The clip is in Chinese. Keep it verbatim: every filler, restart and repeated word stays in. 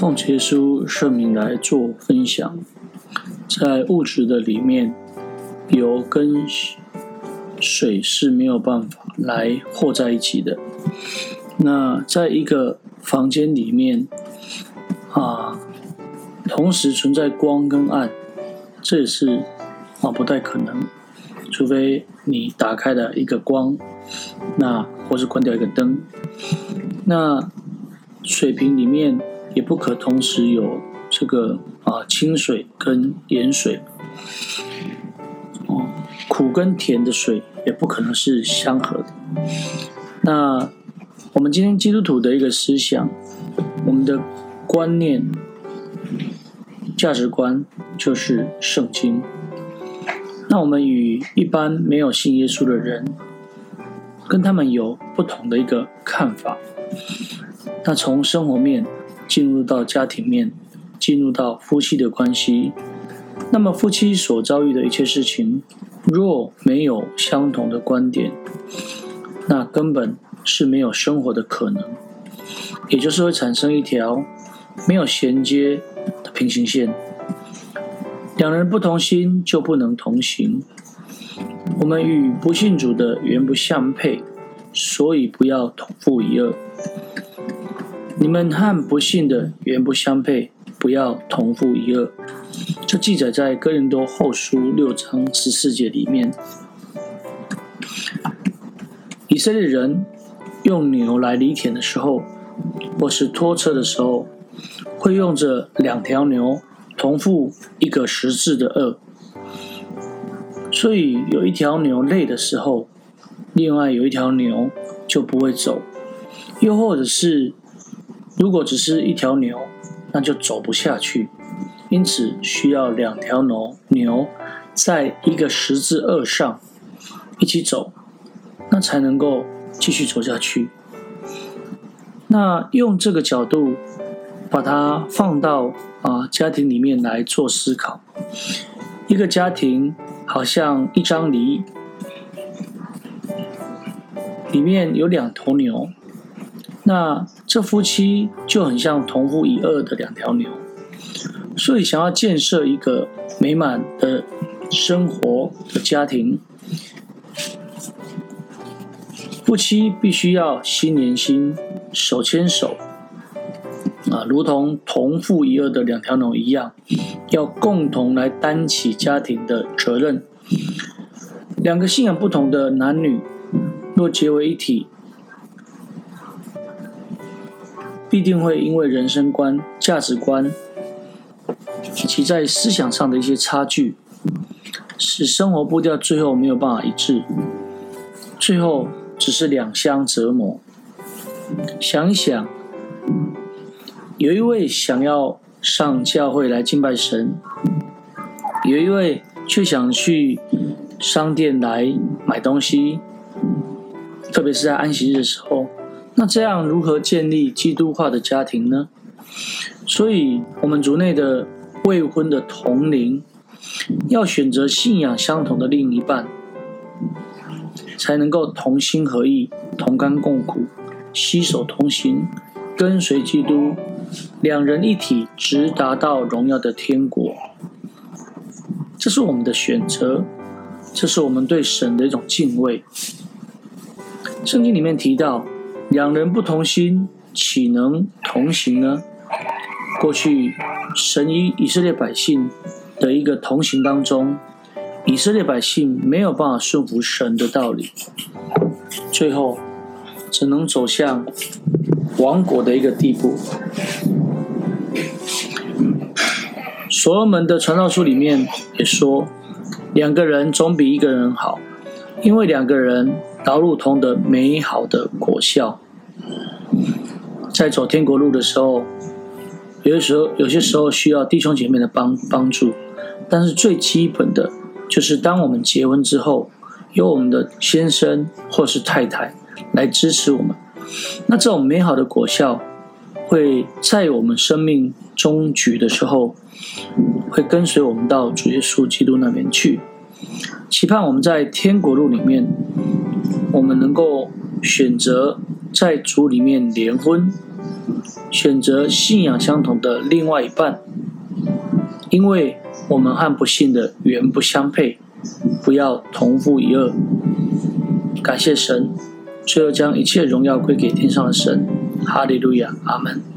奉耶稣圣名来做分享。在物质的里面，油跟水是没有办法来和在一起的。那在一个房间里面啊，同时存在光跟暗，这也是啊不太可能，除非你打开了一个光，那或是关掉一个灯。那水瓶里面也不可同时有这个啊清水跟盐水，哦，苦跟甜的水也不可能是相合的。那我们今天基督徒的一个思想，我们的观念、价值观就是圣经。那我们与一般没有信耶稣的人，跟他们有不同的一个看法。那从生活面进入到家庭面，进入到夫妻的关系，那么夫妻所遭遇的一切事情，若没有相同的观点，那根本是没有生活的可能，也就是会产生一条没有衔接的平行线。两人不同心，就不能同行。我们与不信主的原不相配，所以不要同负一轭。你们和不信的原不相配，不要同负一轭。这记载在哥林多后书六章十四节里面。以色列人用牛来犁田的时候，或是拖车的时候，会用着两条牛同负一个十字的轭。所以有一条牛累的时候，另外有一条牛就不会走。又或者是如果只是一条牛，那就走不下去，因此需要两条牛牛在一个十字轭上一起走，那才能够继续走下去。那用这个角度把它放到啊家庭里面来做思考。一个家庭好像一张犁，里面有两头牛，那这夫妻就很像同负一轭的两条牛。所以想要建设一个美满的生活的家庭，夫妻必须要心连心，手牵手啊，如同同负一轭的两条牛一样，要共同来担起家庭的责任。两个信仰不同的男女若结为一体，必定会因为人生观、价值观以及在思想上的一些差距，使生活步调最后没有办法一致，最后只是两相折磨。想一想，有一位想要上教会来敬拜神，有一位却想去商店来买东西，特别是在安息日的时候，那这样如何建立基督化的家庭呢？所以我们族内的未婚的同龄，要选择信仰相同的另一半，才能够同心合意，同甘共苦，携手同行，跟随基督，两人一体，直达到荣耀的天国。这是我们的选择，这是我们对神的一种敬畏。圣经里面提到，两人不同心，岂能同行呢？过去神与以色列百姓的一个同行当中，以色列百姓没有办法顺服神的道理，最后只能走向亡国的一个地步。所罗门的传道书里面也说，两个人总比一个人好，因为两个人劳碌同得美好的果效。在走天国路的时候，有些时候有些时候需要弟兄姐妹的帮帮助，但是最基本的就是当我们结婚之后，有我们的先生或是太太来支持我们，那这种美好的果效会在我们生命终局的时候，会跟随我们到主耶稣基督那边去。期盼我们在天国路里面，我们能够选择在主里面联婚， 选择信仰相同的另外一半，因为我们和不信的原不相配，不要同父一轭。感谢神，最后将一切荣耀归给天上的神。哈利路亚，阿们。